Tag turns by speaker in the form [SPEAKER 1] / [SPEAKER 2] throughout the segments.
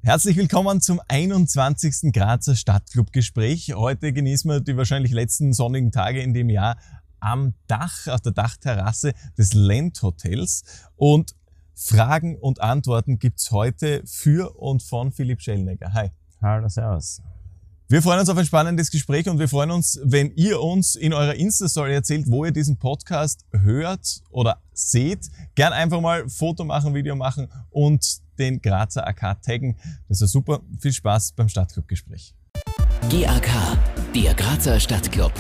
[SPEAKER 1] Herzlich willkommen zum 21. Grazer Stadtclub-Gespräch. Heute genießen wir die wahrscheinlich letzten sonnigen Tage in dem Jahr am Dach, auf der Dachterrasse des Lent Hotels. Und Fragen und Antworten gibt's heute für und von Philipp Schellnegger. Hi.
[SPEAKER 2] Hallo, servus.
[SPEAKER 1] Wir freuen uns auf ein spannendes Gespräch und wir freuen uns, wenn ihr uns in eurer Insta-Story erzählt, wo ihr diesen Podcast hört oder seht. Gern einfach mal Foto machen, Video machen und den Grazer AK taggen. Das ist super. Viel Spaß beim Stadtclub-Gespräch.
[SPEAKER 3] GAK, der Grazer Stadtclub.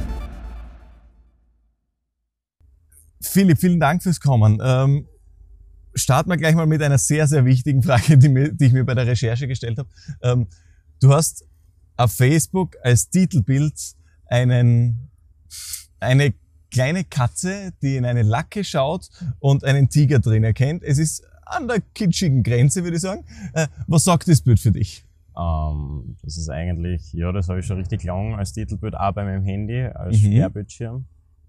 [SPEAKER 1] Philipp, vielen Dank fürs Kommen. Starten wir gleich mal mit einer sehr, sehr wichtigen Frage, die ich mir bei der Recherche gestellt habe. Du hast auf Facebook als Titelbild eine kleine Katze, die in eine Lacke schaut und einen Tiger drin erkennt. Es ist an der kitschigen Grenze, würde ich sagen. Was sagt das Bild für dich?
[SPEAKER 2] Das ist eigentlich, ja, das habe ich schon richtig lang als Titelbild, auch bei meinem Handy, als Sperrbildschirm.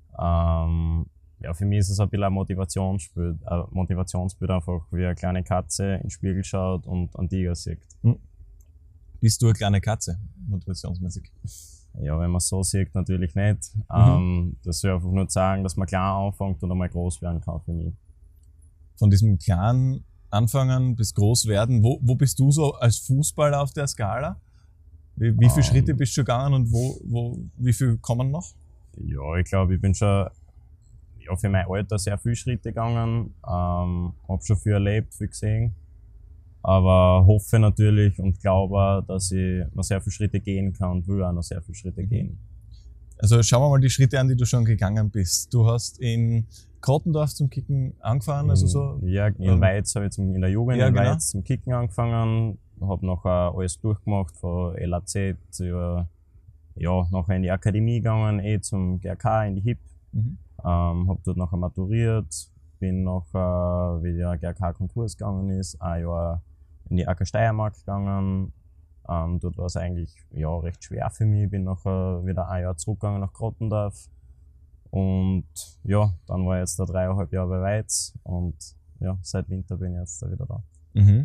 [SPEAKER 2] Ja, für mich ist es ein bisschen ein Motivationsbild einfach, wie eine kleine Katze in den Spiegel schaut und einen Tiger sieht.
[SPEAKER 1] Bist du eine kleine Katze, motivationsmäßig?
[SPEAKER 2] Ja, wenn man es so sieht, natürlich nicht. Das will einfach nur sagen, dass man klein anfängt und einmal groß werden kann für mich.
[SPEAKER 1] Von diesem kleinen Anfangen bis groß werden, wo bist du so als Fußballer auf der Skala? Wie viele Schritte bist du gegangen und wie viel kommen noch?
[SPEAKER 2] Ja, ich glaube, ich bin schon für mein Alter sehr viele Schritte gegangen, habe schon viel erlebt, viel gesehen. Aber hoffe natürlich und glaube, dass ich noch sehr viele Schritte gehen kann und will auch noch sehr viele Schritte gehen.
[SPEAKER 1] Also schauen wir mal die Schritte an, die du schon gegangen bist. Du hast in Krottendorf zum Kicken angefangen, also so?
[SPEAKER 2] Ja, in Weiz habe ich in der Jugend in
[SPEAKER 1] genau.
[SPEAKER 2] Weiz zum Kicken angefangen. Habe nachher alles durchgemacht, von LAZ über, nachher in die Akademie gegangen, zum GRK, in die HIP. Habe dort nachher maturiert, bin nachher, wie der GRK-Konkurs gegangen ist, ein Jahr in die AK Steiermark gegangen. Dort war es eigentlich recht schwer für mich. Bin nachher wieder ein Jahr zurückgegangen nach Krottendorf. Und ja, dann war ich jetzt da 3,5 Jahre bei Weiz und ja, seit Winter bin ich jetzt da wieder da.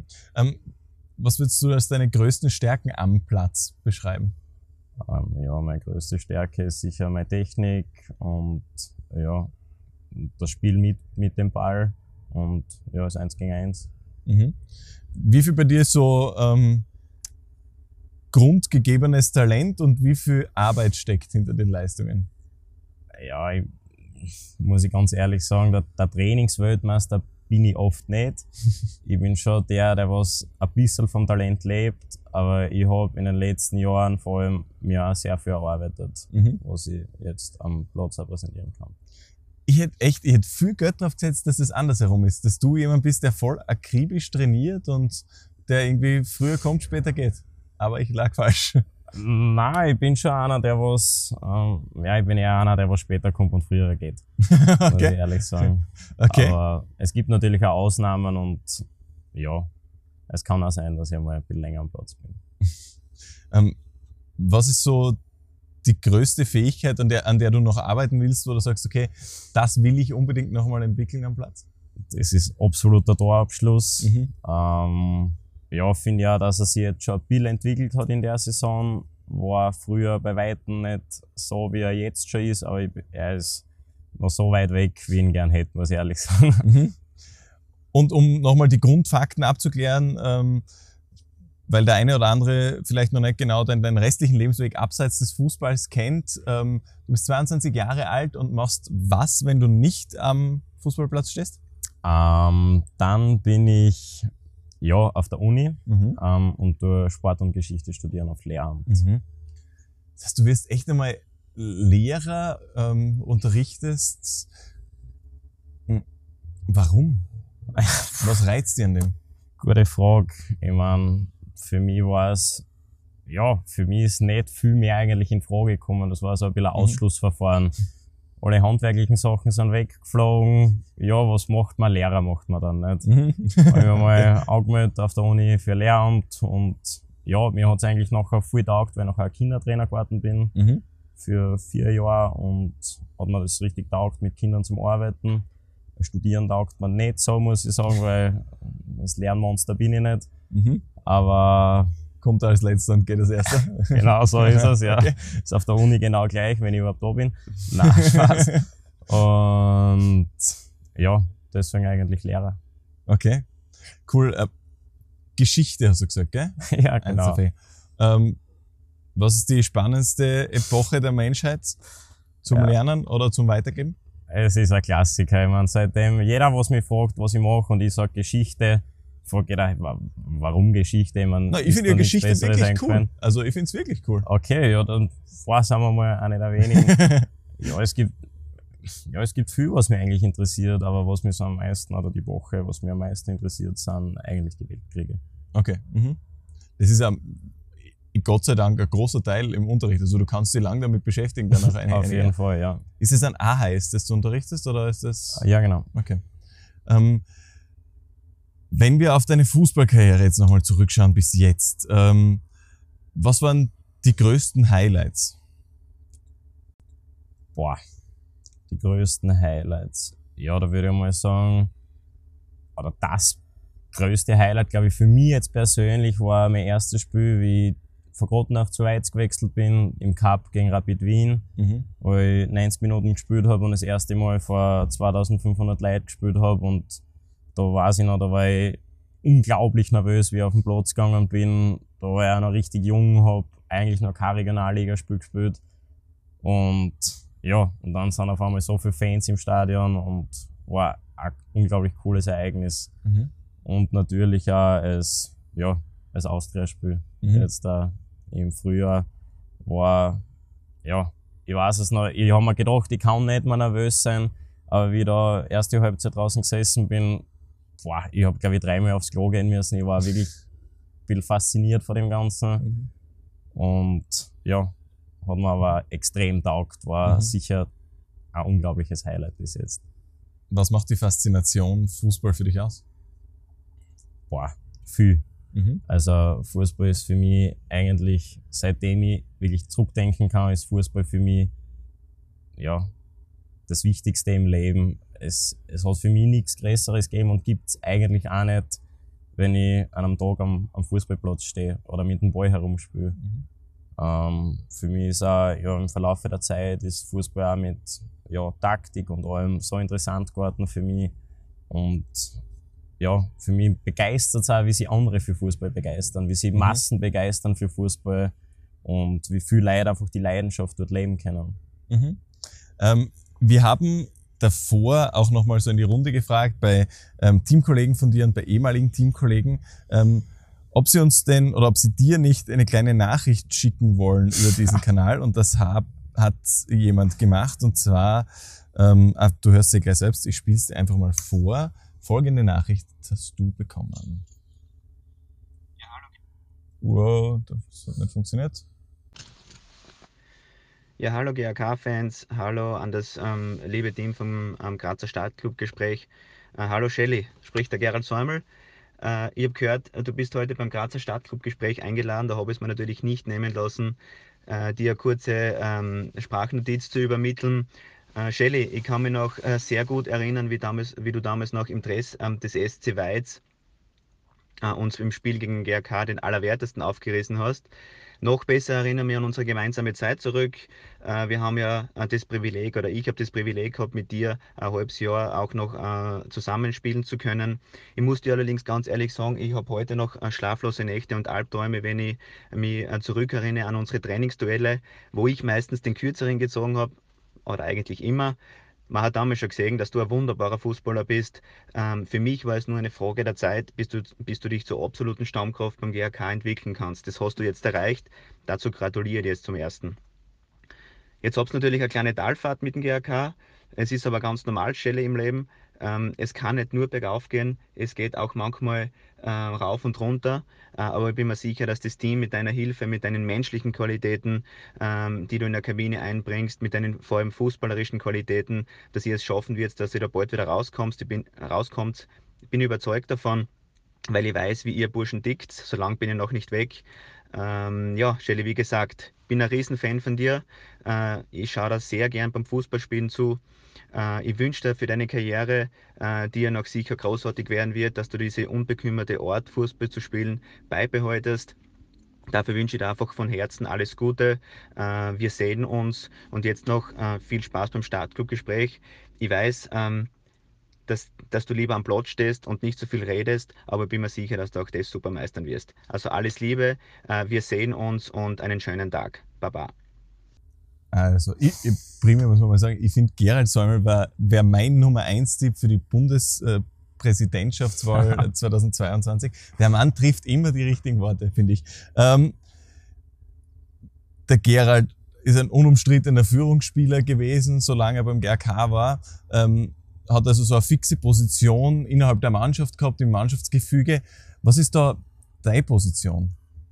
[SPEAKER 1] Was würdest du als deine größten Stärken am Platz beschreiben?
[SPEAKER 2] Meine größte Stärke ist sicher meine Technik und das Spiel mit dem Ball und das 1 gegen 1.
[SPEAKER 1] Wie viel bei dir ist so grundgegebenes Talent und wie viel Arbeit steckt hinter den Leistungen?
[SPEAKER 2] Ja, muss ich ganz ehrlich sagen, der Trainingsweltmeister bin ich oft nicht. Ich bin schon der was ein bisschen vom Talent lebt, aber ich habe in den letzten Jahren vor allem mir auch sehr viel erarbeitet, was ich jetzt am Platz auch präsentieren kann.
[SPEAKER 1] Ich hätte viel Geld drauf gesetzt, dass es andersherum ist. Dass du jemand bist, der voll akribisch trainiert und der irgendwie früher kommt, später geht. Aber ich lag falsch.
[SPEAKER 2] Nein, ich bin schon einer, der was später kommt und früher geht.
[SPEAKER 1] Okay.
[SPEAKER 2] Muss ich ehrlich sagen.
[SPEAKER 1] Okay.
[SPEAKER 2] Aber es gibt natürlich auch Ausnahmen und es kann auch sein, dass ich mal ein bisschen länger am Platz bin.
[SPEAKER 1] Was ist so die größte Fähigkeit, an der du noch arbeiten willst, wo du sagst, okay, das will ich unbedingt noch mal entwickeln am Platz?
[SPEAKER 2] Das ist absoluter Torabschluss. Finde ich auch, dass er sich jetzt schon ein bisschen entwickelt hat in der Saison. War früher bei Weitem nicht so, wie er jetzt schon ist, aber er ist noch so weit weg, wie ich ihn gern hätte, muss ich ehrlich sagen.
[SPEAKER 1] Und um nochmal die Grundfakten abzuklären, weil der eine oder andere vielleicht noch nicht genau deinen restlichen Lebensweg abseits des Fußballs kennt. Du bist 22 Jahre alt und machst was, wenn du nicht am Fußballplatz stehst?
[SPEAKER 2] Dann bin ich auf der Uni und durch Sport und Geschichte studieren auf Lehramt.
[SPEAKER 1] Das heißt, du wirst echt einmal Lehrer, unterrichtest. Warum? Was reizt dich an dem?
[SPEAKER 2] Gute Frage. Ich meine, für mich ist nicht viel mehr eigentlich in Frage gekommen. Das war so ein bisschen ein Ausschlussverfahren. Alle handwerklichen Sachen sind weggeflogen. Ja, was macht man? Lehrer macht man dann nicht. Habe ich mir mal angemeldet auf der Uni für Lehramt und mir hat es eigentlich nachher viel getaugt, weil ich nachher Kindertrainer geworden bin für 4 Jahre und hat mir das richtig taugt, mit Kindern zum Arbeiten. Studieren taugt man nicht so, muss ich sagen, weil das Lernmonster bin ich nicht. Aber
[SPEAKER 1] kommt als letzter und geht als erster.
[SPEAKER 2] genau so ist es, ja.
[SPEAKER 1] Okay.
[SPEAKER 2] Ist auf der Uni genau gleich, wenn ich überhaupt da bin. Nein, Spaß. Und ja, deswegen eigentlich Lehrer.
[SPEAKER 1] Okay, cool. Geschichte hast du gesagt, gell?
[SPEAKER 2] Ja, genau.
[SPEAKER 1] 1 was ist die spannendste Epoche der Menschheit zum Lernen oder zum Weitergeben?
[SPEAKER 2] Es ist ein Klassiker. Ich meine, seitdem jeder, was mich fragt, was ich mache und ich sage Geschichte, fragt jeder, warum Geschichte? Ich meine,
[SPEAKER 1] Ich finde ja Geschichte wirklich cool.
[SPEAKER 2] eingefallen?
[SPEAKER 1] Also ich finde es wirklich cool.
[SPEAKER 2] Okay, ja, dann sind wir mal eine der wenigen. Ja, es gibt viel, was mich eigentlich interessiert, aber was mich so am meisten, oder die Woche, was mich am meisten interessiert, sind eigentlich die Weltkriege.
[SPEAKER 1] Okay. Das ist ja Gott sei Dank ein großer Teil im Unterricht. Also du kannst dich lange damit beschäftigen. Dann
[SPEAKER 2] Auf jeden Fall, ja.
[SPEAKER 1] Ist es ein AHS, das du unterrichtest, oder ist das?
[SPEAKER 2] Ja, genau.
[SPEAKER 1] Okay. Wenn wir auf deine Fußballkarriere jetzt nochmal zurückschauen bis jetzt, was waren die größten Highlights?
[SPEAKER 2] Boah, die größten Highlights. Ja, da würde ich mal sagen, oder das größte Highlight, glaube ich, für mich jetzt persönlich war mein erstes Spiel, wie ich von Grottenach zu Weiz gewechselt bin, im Cup gegen Rapid Wien, wo ich 90 Minuten gespielt habe und das erste Mal vor 2500 Leuten gespielt habe. Und da weiß ich noch, da war ich unglaublich nervös, wie ich auf den Platz gegangen bin. Da war ich auch noch richtig jung, habe eigentlich noch kein Regionalligaspiel gespielt. Und ja, und dann sind auf einmal so viele Fans im Stadion und war ein unglaublich cooles Ereignis. Und natürlich auch als Austria-Spiel. Jetzt da im Frühjahr war, ja, ich weiß es noch, ich habe mir gedacht, ich kann nicht mehr nervös sein, aber wie ich da erste Halbzeit draußen gesessen bin, ich habe, glaube ich, 3-mal aufs Klo gehen müssen. Ich war wirklich viel fasziniert von dem Ganzen. Und ja, hat mir aber extrem taugt, war sicher ein unglaubliches Highlight bis jetzt.
[SPEAKER 1] Was macht die Faszination Fußball für dich aus?
[SPEAKER 2] Viel. Also Fußball ist für mich eigentlich, seitdem ich wirklich zurückdenken kann, ist Fußball für mich ja das Wichtigste im Leben. Es hat für mich nichts Größeres gegeben und gibt's eigentlich auch nicht, wenn ich an einem Tag am Fußballplatz stehe oder mit dem Ball herumspiele. Für mich ist auch im Verlauf der Zeit ist Fußball auch mit Taktik und allem so interessant geworden für mich. Und ja, für mich begeistert es auch, wie sich andere für Fußball begeistern, wie sich Massen begeistern für Fußball und wie viele Leute einfach die Leidenschaft dort leben können.
[SPEAKER 1] Wir haben davor auch nochmal so in die Runde gefragt bei Teamkollegen von dir und bei ehemaligen Teamkollegen, ob sie uns denn oder ob sie dir nicht eine kleine Nachricht schicken wollen über diesen Kanal, und das hat jemand gemacht, und zwar, du hörst sie gleich selbst, ich spiele es dir einfach mal vor. Folgende Nachricht hast du bekommen.
[SPEAKER 4] Ja, hallo.
[SPEAKER 1] Wow, das hat nicht funktioniert.
[SPEAKER 4] Ja, hallo GAK-Fans, hallo an das liebe Team vom Grazer Stadtclub-Gespräch. Hallo Shelly, spricht der Gerald Säumel. Ich habe gehört, du bist heute beim Grazer Stadtclub-Gespräch eingeladen, da habe ich es mir natürlich nicht nehmen lassen, dir eine kurze Sprachnotiz zu übermitteln. Shelly, ich kann mich noch sehr gut erinnern, wie du damals noch im Dress des SC Weiz uns im Spiel gegen GRK den Allerwertesten aufgerissen hast. Noch besser erinnere mich an unsere gemeinsame Zeit zurück. Wir haben ja das Privileg, oder ich habe das Privileg gehabt, mit dir ein halbes Jahr auch noch zusammenspielen zu können. Ich muss dir allerdings ganz ehrlich sagen, ich habe heute noch schlaflose Nächte und Albträume, wenn ich mich zurückerinnere an unsere Trainingsduelle, wo ich meistens den Kürzeren gezogen habe, oder eigentlich immer. Man hat damals schon gesehen, dass du ein wunderbarer Fußballer bist. Für mich war es nur eine Frage der Zeit, bis du dich zur absoluten Stammkraft beim GRK entwickeln kannst. Das hast du jetzt erreicht. Dazu gratuliere ich dir jetzt zum Ersten. Jetzt habt ihr natürlich eine kleine Talfahrt mit dem GRK. Es ist aber ganz normal, Stelle im Leben. Es kann nicht nur bergauf gehen, es geht auch manchmal rauf und runter. Aber ich bin mir sicher, dass das Team mit deiner Hilfe, mit deinen menschlichen Qualitäten, die du in der Kabine einbringst, mit deinen vor allem fußballerischen Qualitäten, dass ihr es schaffen wird, dass ihr da bald wieder rauskommt. Ich bin überzeugt davon, weil ich weiß, wie ihr Burschen tickt. So lange bin ich noch nicht weg. Ja, Shelly, wie gesagt, bin ein Riesenfan von dir. Ich schaue da sehr gern beim Fußballspielen zu. Ich wünsche dir für deine Karriere, die ja noch sicher großartig werden wird, dass du diese unbekümmerte Art, Fußball zu spielen, beibehaltest. Dafür wünsche ich dir einfach von Herzen alles Gute. Wir sehen uns und jetzt noch viel Spaß beim Startclub-Gespräch. Ich weiß, dass du lieber am Platz stehst und nicht so viel redest, aber bin mir sicher, dass du auch das super meistern wirst. Also alles Liebe, wir sehen uns und einen schönen Tag. Baba.
[SPEAKER 1] Also, primär muss man mal sagen, ich finde, Gerald Säumel wäre mein Nummer 1-Tipp für die Bundespräsidentschaftswahl 2022. Der Mann trifft immer die richtigen Worte, finde ich. Der Gerald ist ein unumstrittener Führungsspieler gewesen, solange er beim GRK war. Hat also so eine fixe Position innerhalb der Mannschaft gehabt, im Mannschaftsgefüge. Was ist da deine Position?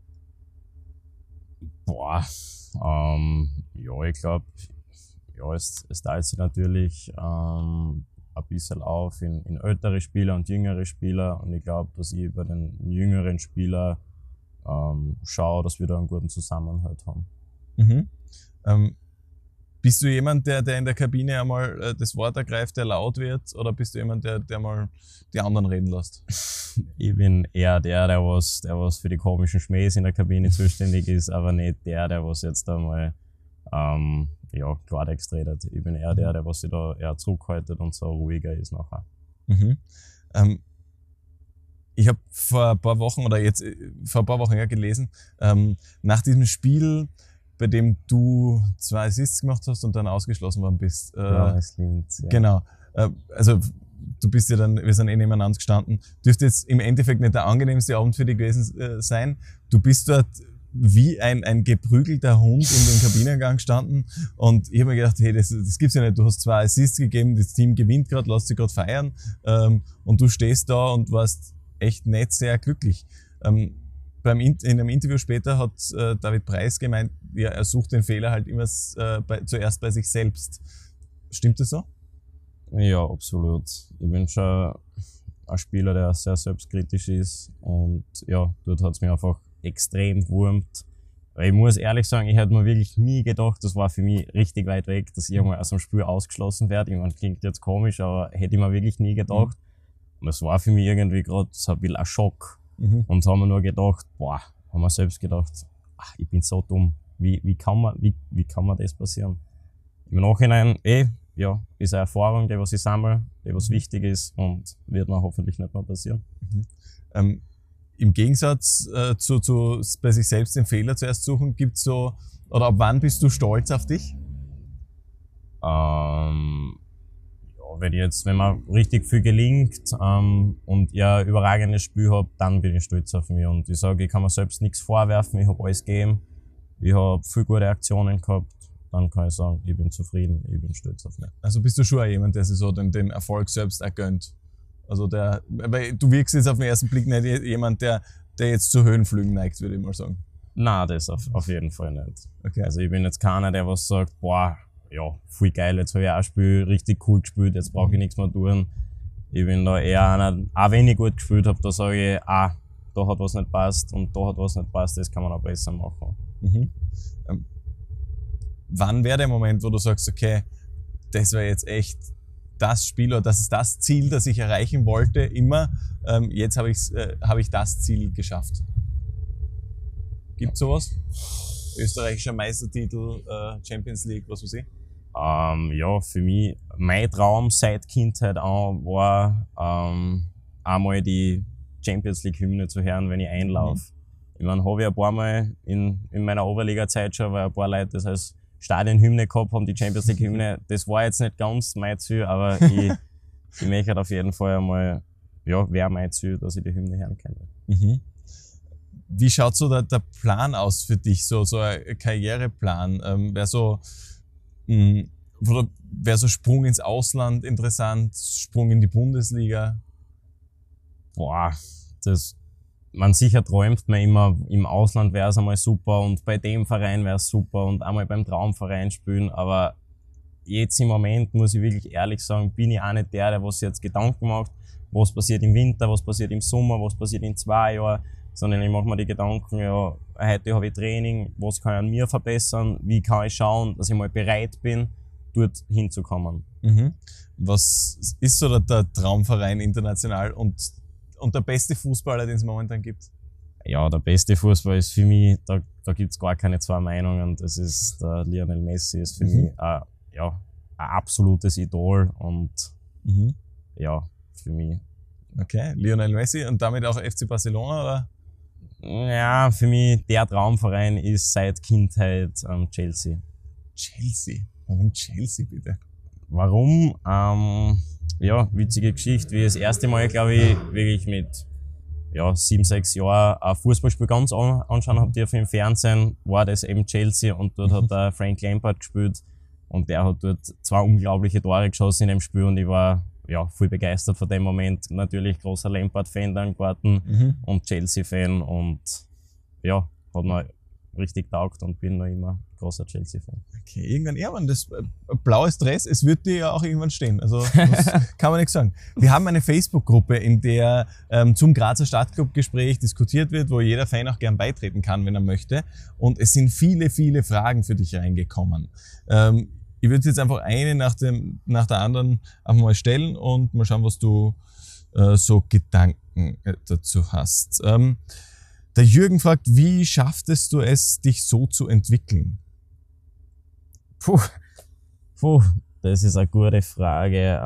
[SPEAKER 2] Ja, ich glaube, ja, es teilt sich natürlich ein bisschen auf in ältere Spieler und jüngere Spieler. Und ich glaube, dass ich bei den jüngeren Spielern schaue, dass wir da einen guten Zusammenhalt haben.
[SPEAKER 1] Mhm. Bist du jemand, der in der Kabine einmal das Wort ergreift, der laut wird? Oder bist du jemand, der mal die anderen reden lässt?
[SPEAKER 2] Ich bin eher der was für die komischen Schmähs in der Kabine zuständig ist, aber nicht der was jetzt einmal Klartext redet. Ich bin eher der was sich da eher zurückhaltet und so ruhiger ist nachher.
[SPEAKER 1] Mhm. Ich habe vor ein paar Wochen gelesen, nach diesem Spiel, bei dem du 2 Assists gemacht hast und dann ausgeschlossen worden bist.
[SPEAKER 2] Es Linz, ja.
[SPEAKER 1] Genau. Also wir sind nebeneinander gestanden. Dürfte jetzt im Endeffekt nicht der angenehmste Abend für dich gewesen sein. Du bist dort wie ein geprügelter Hund in den Kabinengang gestanden und ich habe mir gedacht, hey, das gibt's ja nicht. Du hast 2 Assists gegeben, das Team gewinnt gerade, lässt sich gerade feiern und du stehst da und warst echt nicht sehr glücklich. In einem Interview später hat David Preis gemeint, ja, er sucht den Fehler halt immer zuerst bei sich selbst. Stimmt das so?
[SPEAKER 2] Ja, absolut. Ich bin schon ein Spieler, der sehr selbstkritisch ist und ja, dort hat's mich einfach extrem gewurmt. Weil ich muss ehrlich sagen, ich hätte mir wirklich nie gedacht, das war für mich richtig weit weg, dass ich einmal aus dem Spiel ausgeschlossen werde. Ich meine, klingt jetzt komisch, aber hätte ich mir wirklich nie gedacht. Und das war für mich irgendwie gerade so ein bisschen ein Schock. Und so haben wir nur gedacht, haben wir selbst gedacht, ich bin so dumm. Wie kann man das passieren? Im Nachhinein, ist eine Erfahrung, die was ich sammle, die was wichtig ist und wird mir hoffentlich nicht mehr passieren.
[SPEAKER 1] Im Gegensatz zu bei sich selbst den Fehler zuerst suchen, gibt's so, oder ab wann bist du stolz auf dich?
[SPEAKER 2] Wenn mir richtig viel gelingt und ich ein überragendes Spiel habe, dann bin ich stolz auf mich. Und ich sage, ich kann mir selbst nichts vorwerfen, ich habe alles gegeben, ich habe viele gute Aktionen gehabt, dann kann ich sagen, ich bin zufrieden, ich bin stolz auf mich.
[SPEAKER 1] Also bist du schon auch jemand, der sich so den Erfolg selbst ergönnt? Also weil du wirkst jetzt auf den ersten Blick nicht jemand, der jetzt zu Höhenflügen neigt, würde ich mal sagen.
[SPEAKER 2] Nein, das auf jeden Fall nicht.
[SPEAKER 1] Okay.
[SPEAKER 2] Also ich bin jetzt keiner, der was sagt, voll geil, jetzt habe ich auch ein Spiel richtig cool gespielt, jetzt brauche ich nichts mehr tun. Ich bin da eher einer, auch wenn ich gut gespielt habe, da sage ich, da hat was nicht passt und da hat was nicht passt, das kann man auch besser machen.
[SPEAKER 1] Mhm. Wann wäre der Moment, wo du sagst, okay, das war jetzt echt das Spiel oder das ist das Ziel, das ich erreichen wollte, immer, jetzt habe ich das Ziel geschafft? Gibt's sowas? Österreichischer Meistertitel, Champions League, was weiß ich?
[SPEAKER 2] Für mich, mein Traum seit Kindheit an war, einmal die Champions League Hymne zu hören, wenn ich einlaufe. Ich meine, habe ich ein paar Mal in meiner Oberliga-Zeit schon, weil ein paar Leute das als Stadionhymne gehabt haben, die Champions League Hymne. Das war jetzt nicht ganz mein Ziel, aber ich möchte auf jeden Fall einmal, wäre mein Ziel, dass ich die Hymne hören kann.
[SPEAKER 1] Mhm. Wie schaut so der Plan aus für dich, so ein Karriereplan? Wäre so Sprung ins Ausland interessant, Sprung in die Bundesliga?
[SPEAKER 2] Man sicher träumt man immer, im Ausland wäre es einmal super und bei dem Verein wäre es super und einmal beim Traumverein spielen, aber jetzt im Moment, muss ich wirklich ehrlich sagen, bin ich auch nicht der was jetzt Gedanken macht, was passiert im Winter, was passiert im Sommer, was passiert in 2 Jahren. sondern ich mache mir die Gedanken, ja, heute habe ich Training, was kann ich an mir verbessern, wie kann ich schauen, dass ich mal bereit bin, dort hinzukommen.
[SPEAKER 1] Mhm. Was ist so der Traumverein international und der beste Fußballer, den es momentan gibt?
[SPEAKER 2] Ja, der beste Fußball ist für mich, da gibt's gar keine zwei Meinungen, das ist der Lionel Messi, ist für mich ein absolutes Idol und ja, für mich.
[SPEAKER 1] Okay, Lionel Messi und damit auch FC Barcelona, oder?
[SPEAKER 2] Ja, für mich der Traumverein ist seit Kindheit Chelsea.
[SPEAKER 1] Chelsea? Warum Chelsea bitte?
[SPEAKER 2] Warum? Ja, witzige Geschichte, wie ich das erste Mal, glaube ich, wirklich mit 7, 6 Jahren ein Fußballspiel ganz anschauen habe dürfen im Fernsehen, war das eben Chelsea und dort hat der Frank Lampard gespielt und der hat dort 2 unglaubliche Tore geschossen in dem Spiel und ich war voll begeistert von dem Moment. Natürlich großer Lampard-Fan dann geworden und Chelsea-Fan und ja, hat mir richtig taugt und bin noch immer großer Chelsea-Fan.
[SPEAKER 1] Okay, irgendwann, das blaues Dress, es wird dir ja auch irgendwann stehen. Also, das kann man nicht sagen. Wir haben eine Facebook-Gruppe, in der zum Grazer Stadtclub-Gespräch diskutiert wird, wo jeder Fan auch gern beitreten kann, wenn er möchte. Und es sind viele, viele Fragen für dich reingekommen. Ich würde jetzt einfach eine nach der anderen einfach mal stellen und mal schauen, was du so Gedanken dazu hast. Der Jürgen fragt, wie schaffst du es, dich so zu entwickeln?
[SPEAKER 2] Puh, das ist eine gute Frage.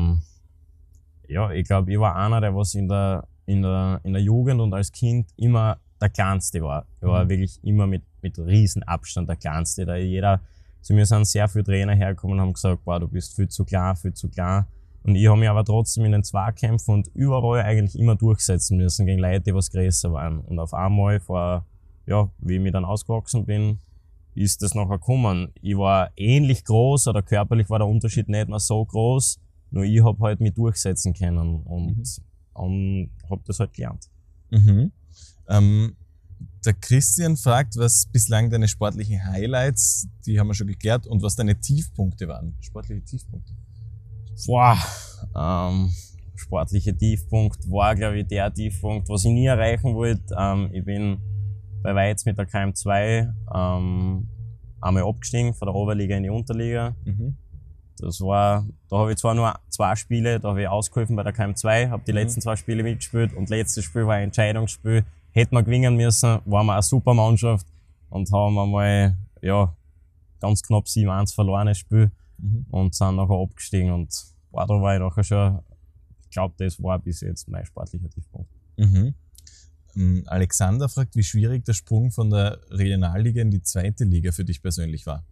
[SPEAKER 2] Ich glaube, ich war einer, der was in der Jugend und als Kind immer der Kleinste war. Ich war wirklich immer mit riesen Abstand der Kleinste. Zu mir sind sehr viele Trainer hergekommen und haben gesagt, boah, du bist viel zu klein, viel zu klein. Und ich habe mich aber trotzdem in den Zweikämpfen und überall eigentlich immer durchsetzen müssen gegen Leute, die was größer waren. Und auf einmal, wie ich mich dann ausgewachsen bin, ist das nachher gekommen. Ich war ähnlich groß oder körperlich war der Unterschied nicht mehr so groß, nur ich habe halt mich durchsetzen können und habe das halt gelernt.
[SPEAKER 1] Der Christian fragt, was bislang deine sportlichen Highlights, die haben wir schon geklärt, und was deine Tiefpunkte waren. Sportliche Tiefpunkte.
[SPEAKER 2] Sportliche Tiefpunkt war, glaube ich, der Tiefpunkt, was ich nie erreichen wollte. Ich bin bei Weiz mit der KM2 einmal abgestiegen von der Oberliga in die Unterliga. Da habe ich zwar nur 2 Spiele, da habe ich ausgeholfen bei der KM2, habe die letzten 2 Spiele mitgespielt und letztes Spiel war ein Entscheidungsspiel. Hätten wir gewinnen müssen, waren wir eine super Mannschaft und haben einmal, ganz knapp 7-1 verlorenes Spiel und sind nachher abgestiegen und da war ich nachher schon, ich glaube, das war bis jetzt mein sportlicher Tiefpunkt.
[SPEAKER 1] Alexander fragt, wie schwierig der Sprung von der Regionalliga in die 2. Liga für dich persönlich war.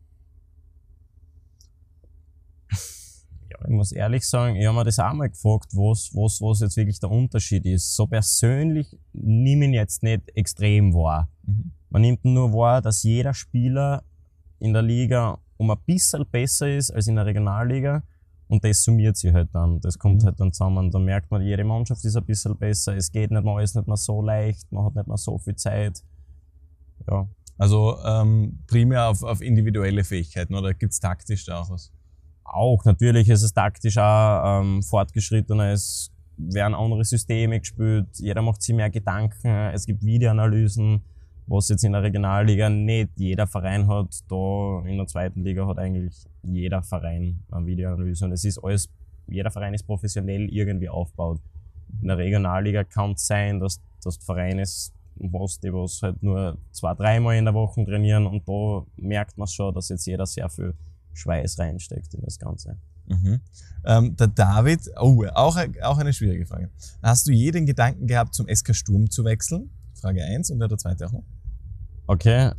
[SPEAKER 2] Ja, ich muss ehrlich sagen, ich habe mir das auch mal gefragt, was jetzt wirklich der Unterschied ist. So persönlich nehme ich ihn jetzt nicht extrem wahr. Man nimmt nur wahr, dass jeder Spieler in der Liga um ein bisschen besser ist als in der Regionalliga. Und das summiert sich halt dann. Das kommt halt dann zusammen. Da merkt man, jede Mannschaft ist ein bisschen besser. Es geht nicht mehr alles nicht mehr so leicht. Man hat nicht mehr so viel Zeit. Ja.
[SPEAKER 1] Also primär auf individuelle Fähigkeiten, oder gibt's taktisch da auch was?
[SPEAKER 2] Auch, natürlich ist es taktisch auch fortgeschrittener. Es werden andere Systeme gespielt. Jeder macht sich mehr Gedanken. Es gibt Videoanalysen, was jetzt in der Regionalliga nicht jeder Verein hat. Da in der 2. Liga hat eigentlich jeder Verein eine Videoanalyse. Und es ist alles, jeder Verein ist professionell irgendwie aufgebaut. In der Regionalliga kann es sein, dass das Vereine die was halt nur 2-3 Mal in der Woche trainieren. Und da merkt man schon, dass jetzt jeder sehr viel Schweiß reinsteckt in das Ganze.
[SPEAKER 1] Der David, auch eine schwierige Frage. Hast du je den Gedanken gehabt, zum SK Sturm zu wechseln? Frage 1 und der zweite auch noch.
[SPEAKER 2] Okay,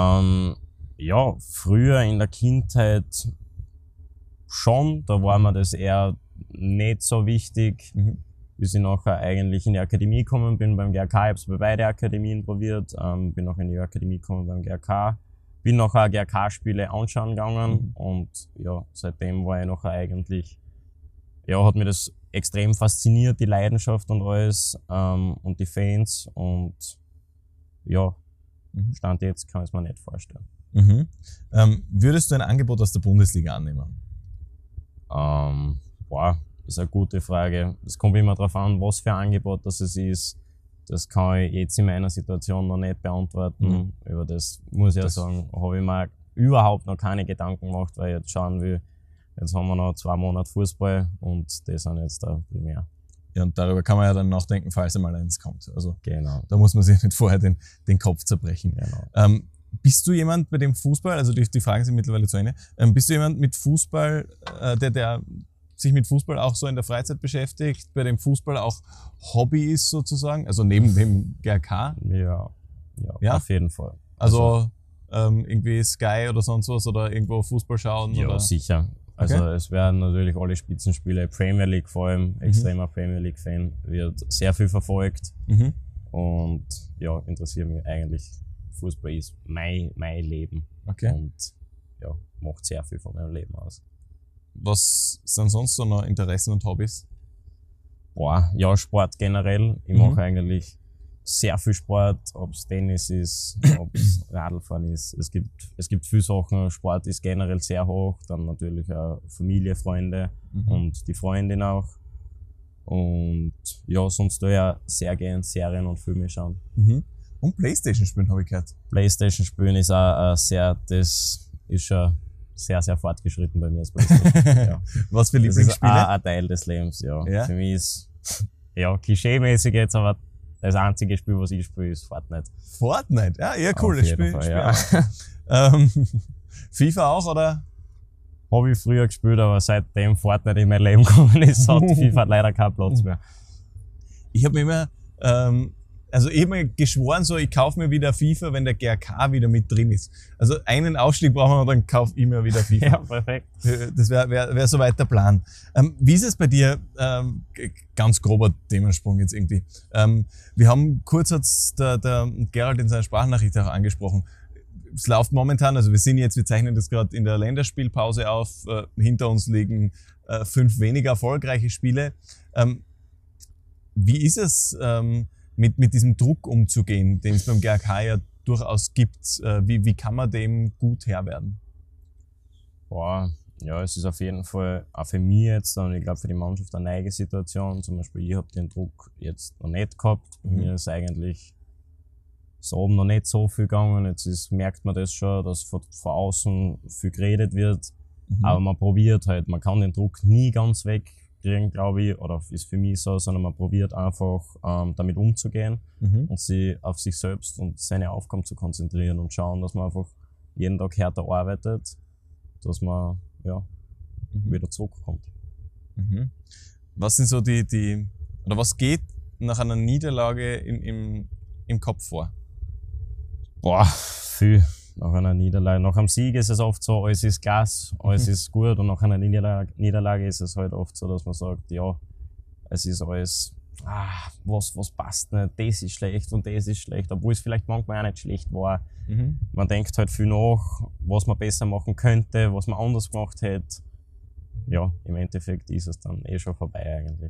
[SPEAKER 2] früher in der Kindheit schon, da war mir das eher nicht so wichtig, bis ich nachher eigentlich in die Akademie gekommen bin beim GRK. Ich habe es bei beiden Akademien probiert, bin noch in die Akademie gekommen beim GRK. Bin nachher GRK-Spiele anschauen gegangen und seitdem war ich nachher eigentlich, hat mir das extrem fasziniert, die Leidenschaft und alles und die Fans und Stand jetzt kann ich es mir nicht vorstellen.
[SPEAKER 1] Würdest du ein Angebot aus der Bundesliga annehmen?
[SPEAKER 2] Ist eine gute Frage. Es kommt immer darauf an, was für ein Angebot das es ist. Das kann ich jetzt in meiner Situation noch nicht beantworten. Über das muss ich ja sagen, habe ich mir überhaupt noch keine Gedanken gemacht, weil ich jetzt schauen will, jetzt haben wir noch 2 Monate Fußball und die sind jetzt da primär.
[SPEAKER 1] Ja, und darüber kann man ja dann nachdenken, falls einmal eins kommt. Also
[SPEAKER 2] Genau.
[SPEAKER 1] da muss man sich nicht vorher den Kopf zerbrechen.
[SPEAKER 2] Genau.
[SPEAKER 1] Bist du jemand bei dem Fußball, also die Fragen sind mittlerweile zu Ende, bist du jemand mit Fußball, der sich mit Fußball auch so in der Freizeit beschäftigt, bei dem Fußball auch Hobby ist sozusagen, also neben dem GRK?
[SPEAKER 2] Ja, auf jeden Fall.
[SPEAKER 1] Also irgendwie Sky oder sonst was oder irgendwo Fußball schauen?
[SPEAKER 2] Ja,
[SPEAKER 1] oder?
[SPEAKER 2] Sicher. Also es werden natürlich alle Spitzenspiele, Premier League vor allem, extremer Premier League Fan, wird sehr viel verfolgt und ja, interessiert mich eigentlich. Fußball ist mein Leben und ja, macht sehr viel von meinem Leben aus.
[SPEAKER 1] Was sind sonst so noch Interessen und Hobbys?
[SPEAKER 2] Ja, Sport generell. Ich mache eigentlich sehr viel Sport, ob es Tennis ist, ob es Radlfahren ist. Es gibt viele Sachen. Sport ist generell sehr hoch. Dann natürlich auch Familie, Freunde und die Freundin auch. Und ja, sonst tue ich auch sehr gerne Serien und Filme schauen.
[SPEAKER 1] Und Playstation spielen, habe ich gehört.
[SPEAKER 2] Playstation spielen ist auch das ist schon sehr, sehr fortgeschritten bei mir als Playstation. Ja.
[SPEAKER 1] Was für
[SPEAKER 2] Das ist
[SPEAKER 1] Lieblingsspiele?
[SPEAKER 2] auch ein Teil des Lebens, ja. Für mich ist, ja, klischeemäßig jetzt, aber das einzige Spiel, was ich spiele, ist Fortnite.
[SPEAKER 1] Fortnite? Ja, eher cool, das Spiel.
[SPEAKER 2] Ja.
[SPEAKER 1] FIFA auch, oder?
[SPEAKER 2] Habe ich früher gespielt, aber seitdem Fortnite in mein Leben gekommen ist, hat FIFA leider keinen Platz mehr.
[SPEAKER 1] Ich habe mir immer, ich habe mir geschworen, so, ich kaufe mir wieder FIFA, wenn der GRK wieder mit drin ist. Also einen Ausstieg brauchen wir, dann kaufe ich mir wieder FIFA.
[SPEAKER 2] Ja, perfekt.
[SPEAKER 1] Das wär soweit der Plan. Wie ist es bei dir, ganz grober Themensprung jetzt irgendwie. Wir haben kurz hat's der Gerald in seiner Sprachnachricht auch angesprochen. Es läuft momentan, also wir zeichnen das gerade in der Länderspielpause auf, hinter uns liegen 5 weniger erfolgreiche Spiele. Wie ist es, mit diesem Druck umzugehen, den es beim GRK ja durchaus gibt? Wie kann man dem gut Herr werden?
[SPEAKER 2] Ja, es ist auf jeden Fall auch für mich jetzt und ich glaube für die Mannschaft eine neue Situation. Zum Beispiel, ich habe den Druck jetzt noch nicht gehabt. Mir ist eigentlich so oben noch nicht so viel gegangen. Jetzt merkt man das schon, dass von außen viel geredet wird. Aber man probiert halt, man kann den Druck nie ganz wegkriegen, glaube ich, oder ist für mich so, sondern man probiert einfach damit umzugehen und sich auf sich selbst und seine Aufgaben zu konzentrieren und schauen, dass man einfach jeden Tag härter arbeitet, dass man wieder zurückkommt.
[SPEAKER 1] Was sind so oder was geht nach einer Niederlage im Kopf vor?
[SPEAKER 2] Viel. Nach einer Niederlage. Nach einem Sieg ist es oft so, alles ist Gas, alles ist gut und nach einer Niederlage ist es halt oft so, dass man sagt, ja, es ist alles, was passt nicht, das ist schlecht und das ist schlecht, obwohl es vielleicht manchmal auch nicht schlecht war. Man denkt halt viel nach, was man besser machen könnte, was man anders gemacht hätte. Ja, im Endeffekt ist es dann schon vorbei eigentlich.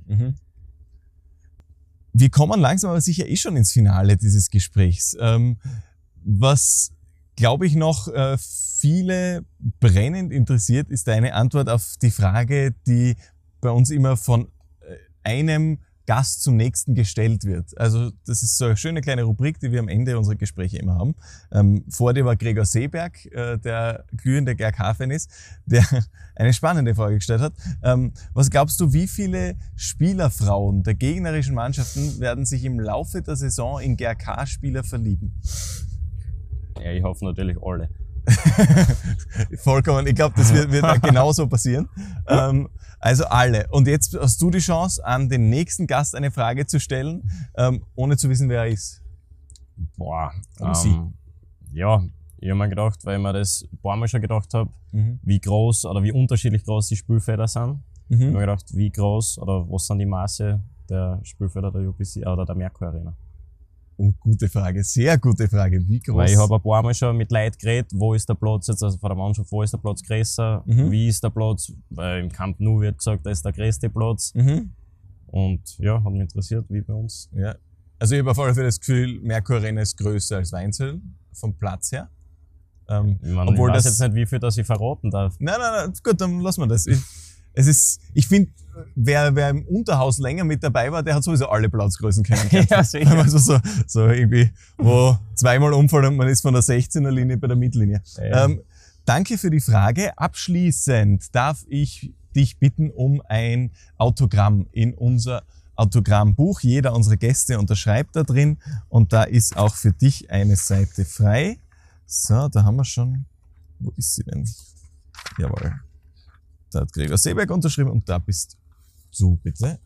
[SPEAKER 1] Wir kommen langsam aber sicher schon ins Finale dieses Gesprächs. Was, glaube ich, noch viele brennend interessiert, ist deine Antwort auf die Frage, die bei uns immer von einem Gast zum nächsten gestellt wird. Also das ist so eine schöne kleine Rubrik, die wir am Ende unserer Gespräche immer haben. Vor dir war Gregor Seeberg, der glühende GRK-Fan ist, der eine spannende Frage gestellt hat. Was glaubst du, wie viele Spielerfrauen der gegnerischen Mannschaften werden sich im Laufe der Saison in GRK-Spieler verlieben?
[SPEAKER 2] Ja, ich hoffe natürlich alle.
[SPEAKER 1] Vollkommen, ich glaube, das wird genauso passieren. Also alle. Und jetzt hast du die Chance, an den nächsten Gast eine Frage zu stellen, ohne zu wissen, wer er ist.
[SPEAKER 2] Sie. Ja, ich habe mir gedacht, weil ich mir das ein paar Mal schon gedacht habe, wie groß oder wie unterschiedlich groß die Spielfelder sind. Ich habe mir gedacht, wie groß oder was sind die Maße der Spielfelder der UPC oder der Merkur Arena.
[SPEAKER 1] Und gute Frage, sehr gute Frage. Wie groß?
[SPEAKER 2] Weil ich habe ein paar Mal schon mit Leuten geredet, wo ist der Platz jetzt, also von der Mannschaft, wo ist der Platz größer, wie ist der Platz, weil im Camp Nou wird gesagt, da ist der größte Platz. Und ja, hat mich interessiert, wie bei uns.
[SPEAKER 1] Ja. Also ich habe auf alle Fälle das Gefühl, Merkur Arena ist größer als Weinzell, vom Platz her.
[SPEAKER 2] Ich weiß jetzt nicht, wie viel das ich verraten darf.
[SPEAKER 1] Nein, gut, dann lassen wir das. ich finde, wer im Unterhaus länger mit dabei war, der hat sowieso alle Platzgrößen kennengelernt.
[SPEAKER 2] Ja, sicher.
[SPEAKER 1] Also so irgendwie, wo zweimal umfallen und man ist von der 16er Linie bei der Mittellinie.
[SPEAKER 2] Ja.
[SPEAKER 1] Danke für die Frage. Abschließend darf ich dich bitten um ein Autogramm in unser Autogrammbuch. Jeder unserer Gäste unterschreibt da drin und da ist auch für dich eine Seite frei. So, da haben wir schon. Wo ist sie denn? Jawohl. Da hat Gregor Seeberg unterschrieben und da bist du, bitte.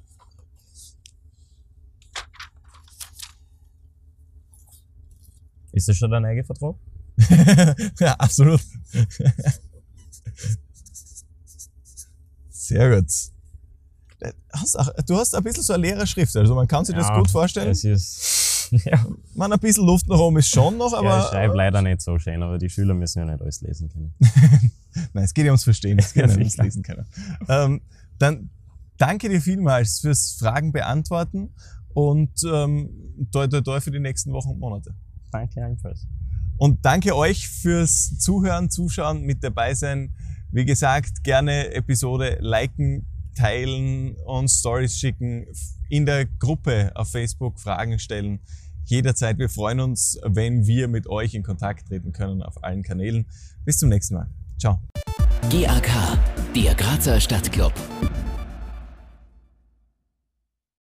[SPEAKER 2] Ist das schon dein eigener Vertrag?
[SPEAKER 1] Ja, absolut. Sehr gut. Du hast ein bisschen so eine leere Schrift, also man kann sich das gut vorstellen.
[SPEAKER 2] Es ist, ja.
[SPEAKER 1] Man, ein bisschen Luft nach oben ist schon noch, aber...
[SPEAKER 2] Ja, ich schreibe leider nicht so schön, aber die Schüler müssen ja nicht alles lesen können.
[SPEAKER 1] Nein, es geht ja ums Verstehen, es geht ja nicht ums Lesen können. Dann danke dir vielmals fürs Fragen beantworten und toi toi toi für die nächsten Wochen und Monate.
[SPEAKER 2] Danke ebenfalls.
[SPEAKER 1] Und danke euch fürs Zuhören, Zuschauen, mit dabei sein. Wie gesagt, gerne Episode liken, teilen und Stories schicken, in der Gruppe auf Facebook Fragen stellen. Jederzeit. Wir freuen uns, wenn wir mit euch in Kontakt treten können auf allen Kanälen. Bis zum nächsten Mal. Ciao.
[SPEAKER 3] GAK, der Grazer Stadtclub.